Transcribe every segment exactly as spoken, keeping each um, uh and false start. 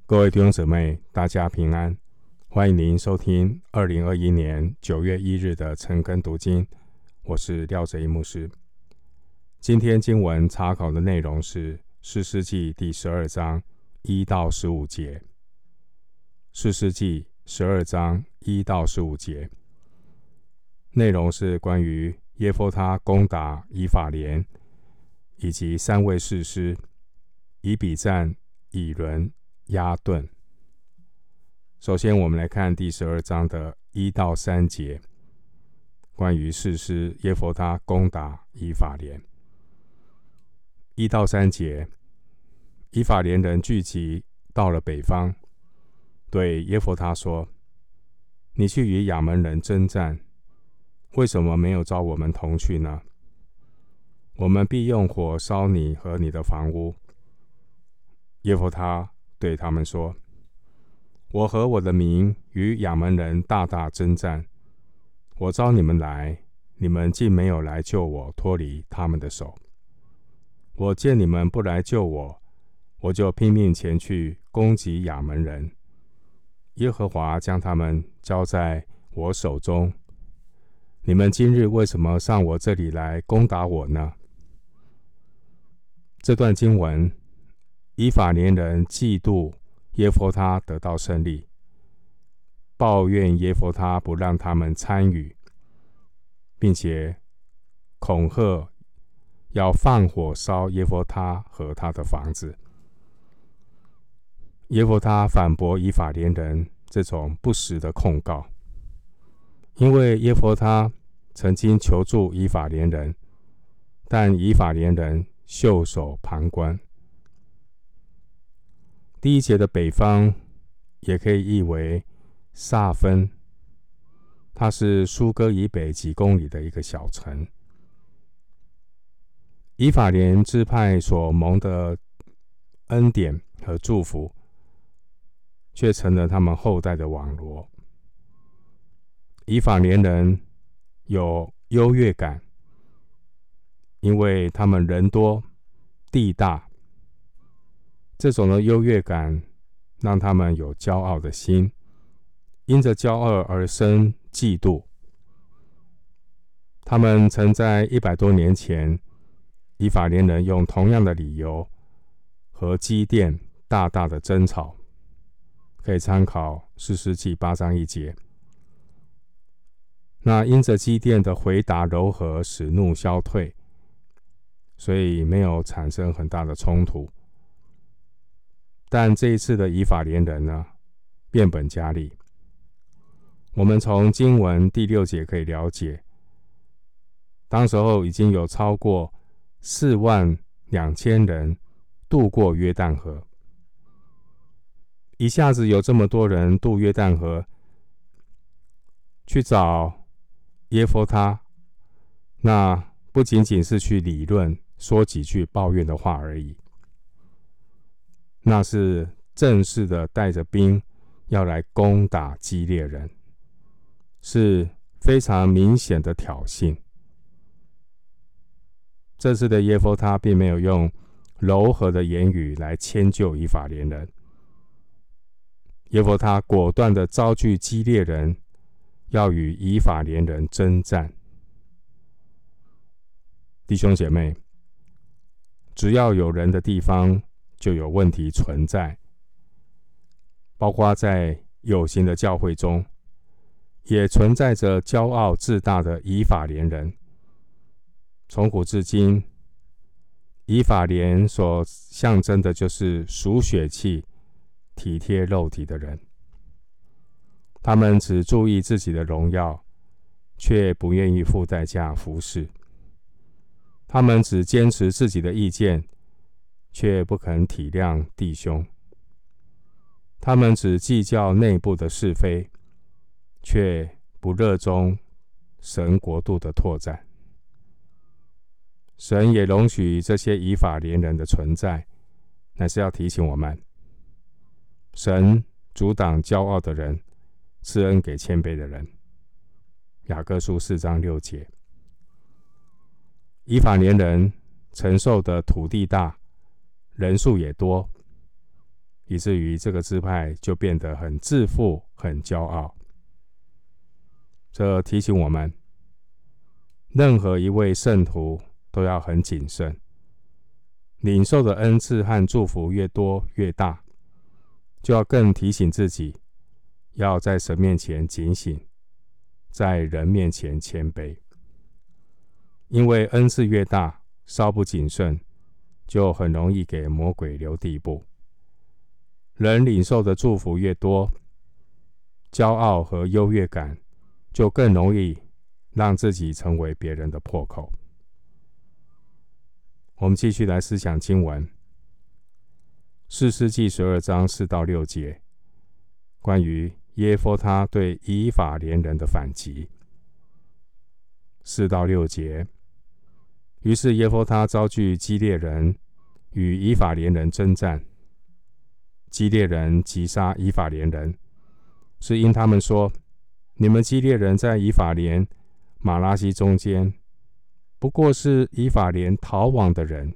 各位弟兄姊妹，大家平安，欢迎您收听二零二一年九月一日的晨更读经，我是廖哲一牧师。今天经文查考的内容是士师记第十二章一到十五节。士师记十二章一到十五节，内容是关于耶弗他攻打以法莲，以及三位士师以比赞、以伦、押顿。首先我们来看第十二章的一到三节，关于士师耶弗他攻打以法莲。一到三节，以法莲人聚集到了北方，对耶弗他说：你去与亚扪人征战，为什么没有召我们同去呢？我们必用火烧你和你的房屋。耶弗他对他们说：我和我的民与亚扪人大大征战，我召你们来，你们竟没有来救我脱离他们的手。我见你们不来救我，我就拼命前去攻击亚扪人。耶和华将他们交在我手中，你们今日为什么上我这里来攻打我呢？这段经文，以法莲人嫉妒耶弗他得到胜利，抱怨耶弗他不让他们参与，并且恐吓要放火烧耶弗他和他的房子。耶弗他反驳以法莲人这种不实的控告，因为耶弗他曾经求助以法莲人，但以法莲人袖手旁观。第一节的北方也可以译为撒芬，它是苏哥以北几公里的一个小城。以法莲支派所蒙的恩典和祝福，却成了他们后代的网罗。以法莲人有优越感，因为他们人多地大，这种的优越感让他们有骄傲的心，因着骄傲而生嫉妒。他们曾在一百多年前，以法莲人用同样的理由和基甸大大的争吵，可以参考士师记八章一节。那因着基甸的回答柔和，使怒消退，所以没有产生很大的冲突。但这一次的以法莲人呢，变本加厉。我们从经文第六节可以了解，当时候已经有超过四万两千人渡过约旦河。一下子有这么多人渡约旦河，去找耶弗他，那不仅仅是去理论，说几句抱怨的话而已。那是正式的带着兵要来攻打基列人，是非常明显的挑衅。这次的耶弗他并没有用柔和的言语来迁就以法莲人，耶弗他果断的招聚基列人，要与以法莲人征战。弟兄姐妹，只要有人的地方，就有问题存在，包括在有形的教会中，也存在着骄傲自大的以法莲人。从古至今，以法莲所象征的就是属血气、体贴肉体的人。他们只注意自己的荣耀，却不愿意付代价服侍。他们只坚持自己的意见，却不肯体谅弟兄。他们只计较内部的是非，却不热衷神国度的拓展。神也容许这些以法莲人的存在，乃是要提醒我们，神阻挡骄傲的人，赐恩给谦卑的人。雅各书四章六节。以法莲人承受的土地大，人数也多， 以至于这个支派就变得很自负、很骄傲。这提醒我们，任何一位圣徒都要很谨慎，领受的恩赐和祝福越多越大，就要更提醒自己，要在神面前警醒，在人面前谦卑。因为恩赐越大，稍不谨慎，就很容易给魔鬼留地步。人领受的祝福越多，骄傲和优越感就更容易让自己成为别人的破口。我们继续来思想经文，士师记十二章四到六节，关于耶弗他对以法莲人的反击。四到六节，于是耶弗他招聚基列人与以法莲人征战，基列人击杀以法莲人，是因他们说：你们基列人在以法莲、马拉西中间，不过是以法莲逃亡的人。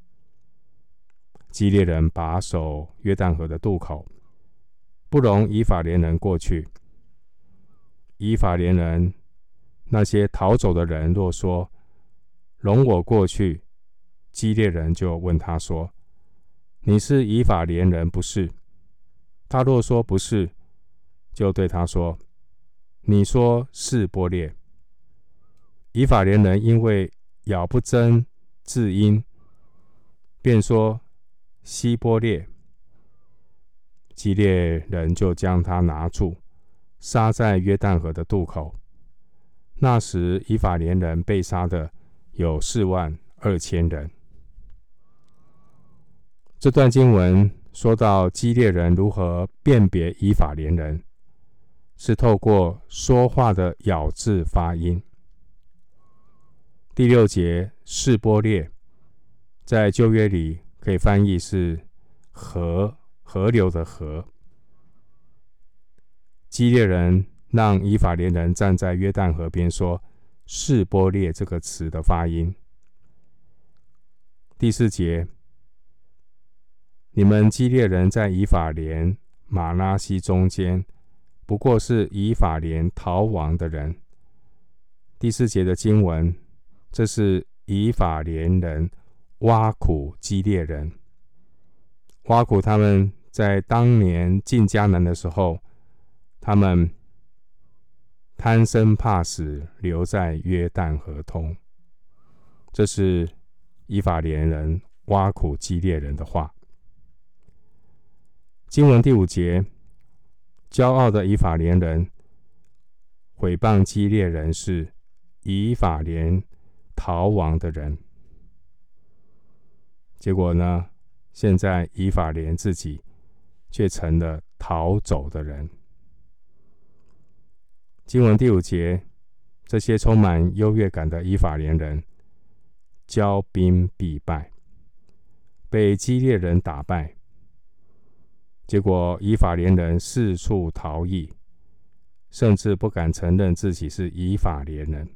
基列人把守约旦河的渡口，不容以法莲人过去。以法莲人那些逃走的人若说：容我过去，基列人就问他说：你是以法莲人不是？他若说不是，就对他说：你说是波列。以法莲人因为咬不真字音，便说希波列。基列人就将他拿住，杀在约旦河的渡口。那时以法莲人被杀的有四万二千人。这段经文说到基列人如何辨别以法莲人，是透过说话的咬字发音。第六节示波列，在旧约里可以翻译是河，河流的河。基列人让以法莲人站在约旦河边说示波列这个词的发音。第四节，你们基列人在以法莲、马拉西中间，不过是以法莲逃亡的人。第四节的经文，这是以法莲人挖苦基列人，挖苦他们在当年进迦南的时候，他们贪生怕死，留在约旦河东。这是以法莲人挖苦基列人的话。经文第五节，骄傲的以法莲人毁谤基列人是以法莲逃亡的人。结果呢，现在以法莲自己却成了逃走的人。经文第五节，这些充满优越感的以法莲人骄兵必败，被基列人打败。结果以法莲人四处逃逸，甚至不敢承认自己是以法莲人。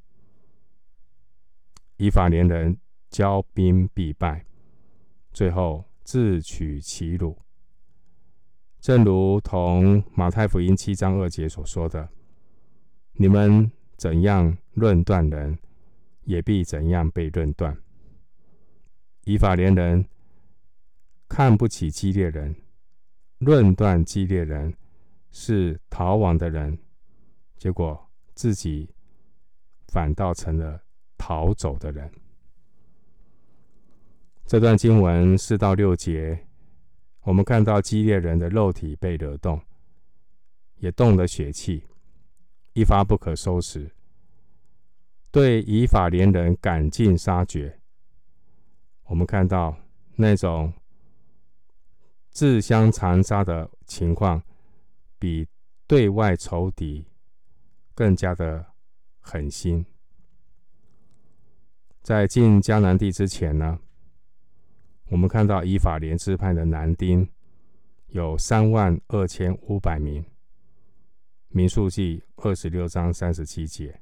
以法莲人骄兵必败，最后自取其辱。正如同马太福音七章二节所说的：你们怎样论断人，也必怎样被论断。以法莲人看不起基列人，论断基列人是逃亡的人，结果自己反倒成了逃走的人。这段经文四到六节，我们看到基列人的肉体被惹动，也动了血气，一发不可收拾，对以法莲人赶尽杀绝。我们看到那种自相残杀的情况，比对外仇敌更加的狠心。在进迦南地之前呢，我们看到以法莲支派的男丁有三万二千五百名，民数记二十六章三十七节。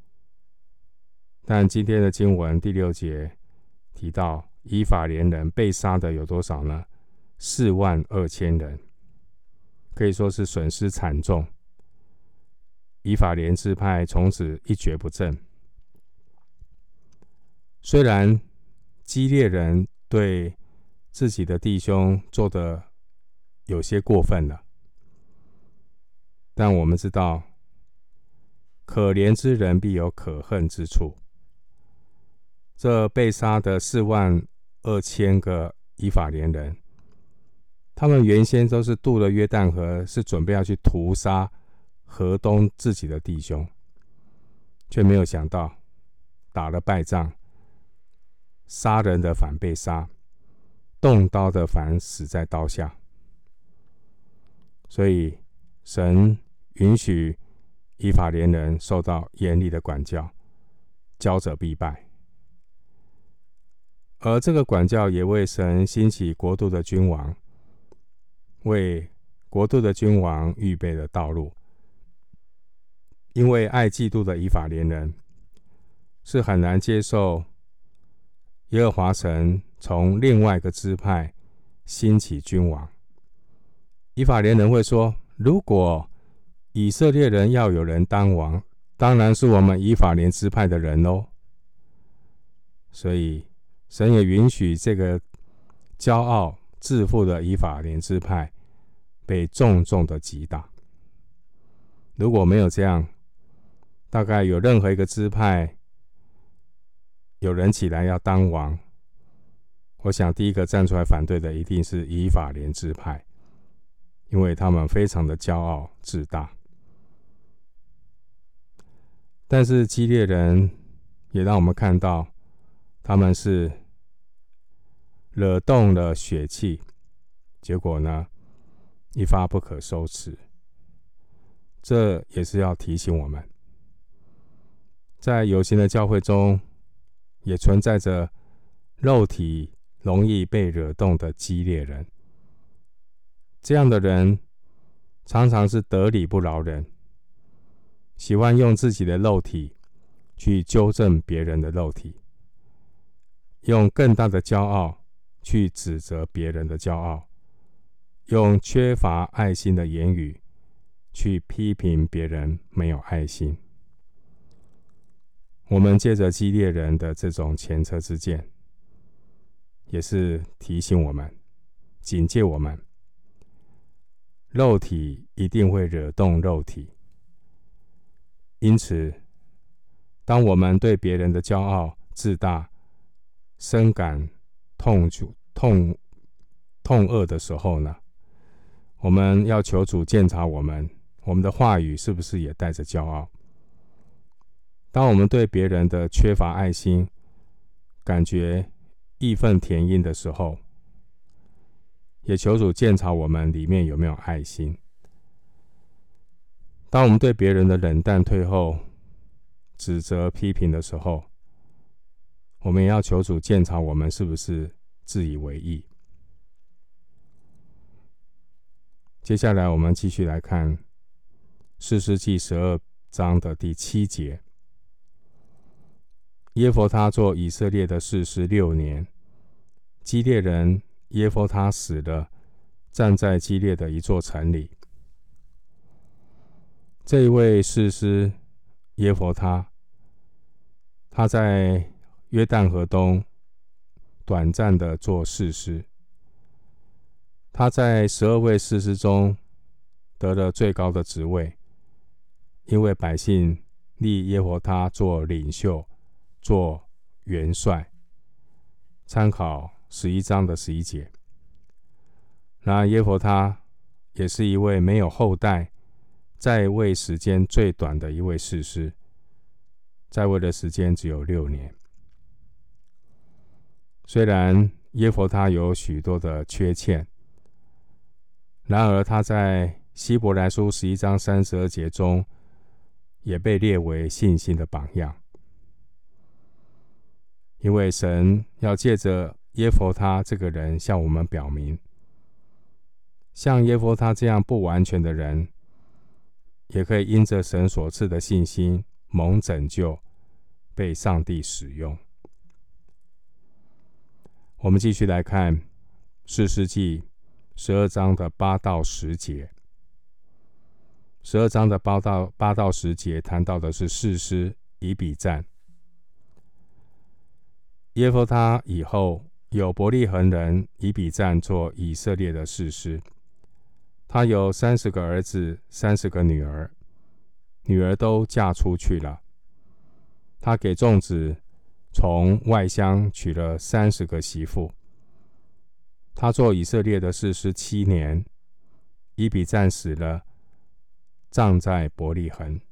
但今天的经文第六节提到以法莲人被杀的有多少呢？ 四万二千人，可以说是损失惨重。以法莲支派从此一蹶不振。虽然基列人对自己的弟兄做得有些过分了，但我们知道，可怜之人必有可恨之处。这被杀的四万二千个以法莲人，他们原先都是渡了约旦河，是准备要去屠杀河东自己的弟兄，却没有想到打了败仗，杀人的反被杀，动刀的反死在刀下。所以神允许以法莲人受到严厉的管教，骄者必败。而这个管教也为神兴起国度的君王，为国度的君王预备了道路。因为爱嫉妒的以法莲人是很难接受耶和华神从另外一个支派兴起君王。以法莲人会说，如果以色列人要有人当王，当然是我们以法莲支派的人咯。所以神也允许这个骄傲自负的以法莲支派被重重的击打。如果没有这样，大概有任何一个支派有人起来要当王，我想第一个站出来反对的一定是以法莲支派，因为他们非常的骄傲自大。但是基列人也让我们看到，他们是惹动了血气，结果呢，一发不可收拾。这也是要提醒我们，在有形的教会中，也存在着肉体容易被惹动的激烈人。这样的人常常是得理不饶人，喜欢用自己的肉体去纠正别人的肉体，用更大的骄傲去指责别人的骄傲，用缺乏爱心的言语去批评别人没有爱心。我们借着基列人的这种前车之鉴，也是提醒我们，警戒我们，肉体一定会惹动肉体。因此，当我们对别人的骄傲自大深感痛痛痛恶的时候呢，我们要求主鉴察我们，我们的话语是不是也带着骄傲？当我们对别人的缺乏爱心感觉义愤填膺的时候，也求主鉴察我们里面有没有爱心。当我们对别人的冷淡退后、指责批评的时候，我们也要求主鉴察我们是不是自以为义。接下来我们继续来看士师记十二章的第七节。耶弗他做以色列的士师六年，基列人耶弗他死了，站在基列的一座城里。这一位士师耶弗他，他在约旦河东短暂的做士师，他在十二位士师中得了最高的职位，因为百姓立耶弗他做领袖，做元帅。参考十一章的十一节。然而耶弗他也是一位没有后代、在位时间最短的一位士师，在位的时间只有六年。虽然耶弗他有许多的缺陷，然而他在希伯来书十一章三十二节中也被列为信心的榜样。因为神要借着耶弗他这个人向我们表明，像耶弗他这样不完全的人，也可以因着神所赐的信心蒙拯救，被上帝使用。我们继续来看士师记十二章的八到十节。十二章的八到八到十节谈到的是士师以比赞。耶弗他以后，有伯利恒人以比赞做以色列的士师。他有三十个儿子，三十个女儿，女儿都嫁出去了。他给众子从外乡娶了三十个媳妇。他做以色列的士师七年，以比赞死了，葬在伯利恒。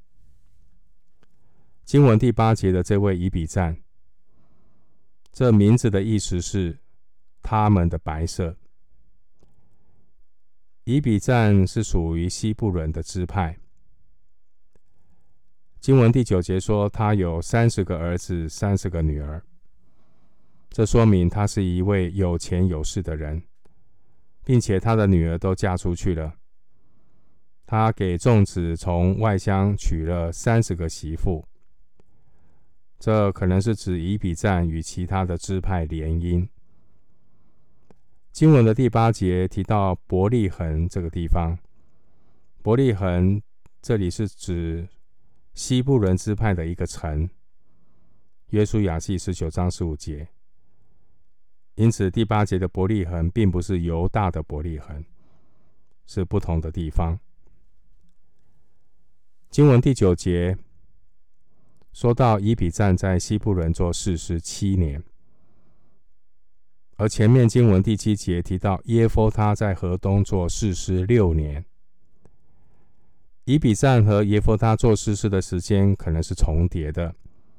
经文第八节的这位以比赞，这名字的意思是他们的白色。以比赞是属于西布伦的支派。经文第九节说，他有三十个儿子，三十个女儿。这说明他是一位有钱有势的人，并且他的女儿都嫁出去了。他给众子从外乡娶了三十个媳妇。这可能是指以比赞与其他的支派联姻。经文的第八节提到伯利恒这个地方，伯利恒这里是指西布伦支派的一个城，约书亚记十九章十五节。因此第八节的伯利恒并不是犹大的伯利恒，是不同的地方。经文第九节说到以比赞在西布伦做士师七年，而前面经文第七节提到耶弗他在河东做士师六年。以比赞和耶弗他做士师的时间可能是重叠的。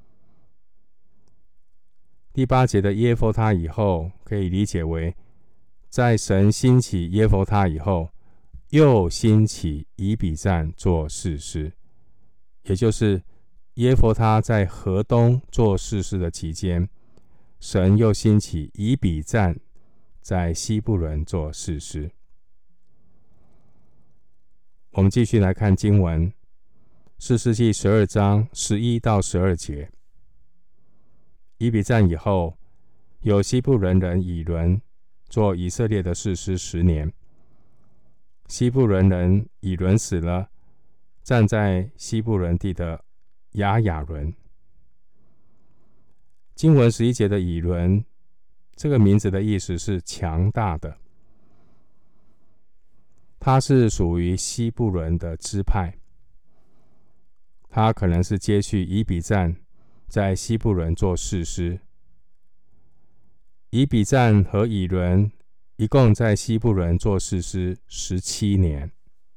第八节的耶弗他以后，可以理解为在神兴起耶弗他以后，又兴起以比赞做士师，也就是耶弗他在河东做士师的期间，神又兴起以比赞在西布伦做士师。我们继续来看经文，士师记十二章十一到十二节。以比赞以后，有西布伦人以伦做以色列的士师十年。西布伦人以伦死了，站在西布伦地的亚雅伦。经文十一节的以伦，这个名字的意思是强大的。他是属于西布伦的支派，他可能是接续以比赞在西布伦做士师。以比赞和以伦一共在西布伦做士师十七年。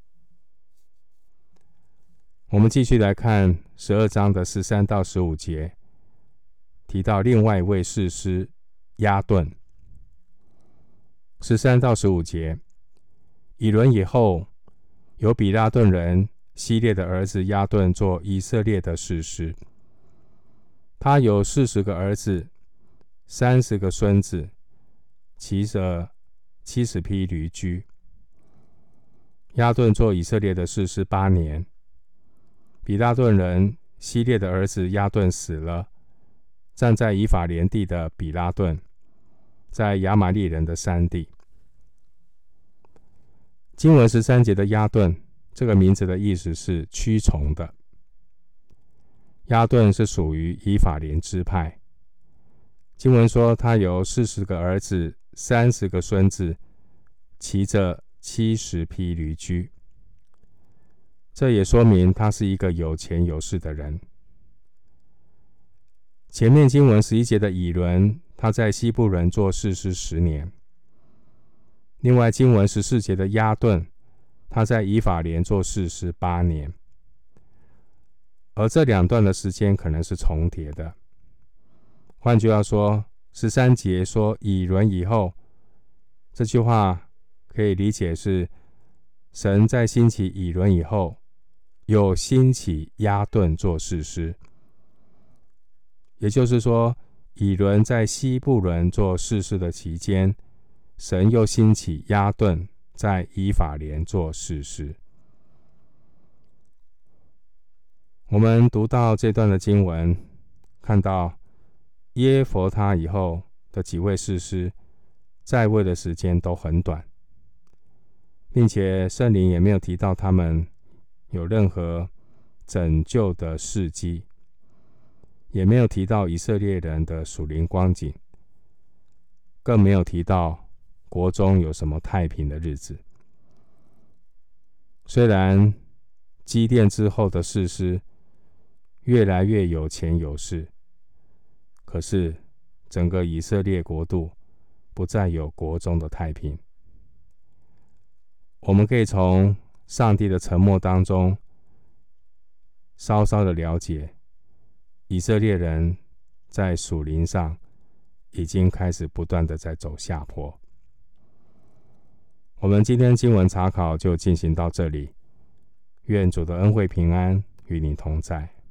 我们继续来看十二章的十三到十五节，提到另外一位士师押顿。十三到十五节，以伦以后，有比拉顿人希列的儿子押顿做以色列的士师。他有四十个儿子，三十个孙子，骑着七十匹驴驹。押顿做以色列的士师八年。比拉顿人希列的儿子押顿死了，站在以法莲地的比拉顿，在亚玛利人的山地。经文十三节的押顿，这个名字的意思是屈从的。押顿是属于以法莲支派。经文说他有四十个儿子，三十个孙子，骑着七十匹驴驹。这也说明他是一个有钱有势的人。前面经文十一节的以伦，他在西布伦做士师十年。另外经文十四节的押顿，他在以法莲做士师八年。而这两段的时间可能是重叠的。换句话说，十三节说以伦以后，这句话可以理解是神在兴起以伦以后，又兴起押顿做士师。也就是说，以伦在西布伦做士师的期间，神又兴起押顿在以法莲做士师。我们读到这段的经文，看到耶弗他以后的几位士师在位的时间都很短。 并且圣灵也没有提到他们有任何拯救的事迹，也没有提到以色列人的属灵光景，更没有提到国中有什么太平的日子。虽然基甸之后的士师越来越有钱有势，可是整个以色列国度不再有国中的太平。我们可以从上帝的沉默当中稍稍的了解，以色列人在属灵上已经开始不断的在走下坡。我们今天经文查考就进行到这里，愿主的恩惠平安与你同在。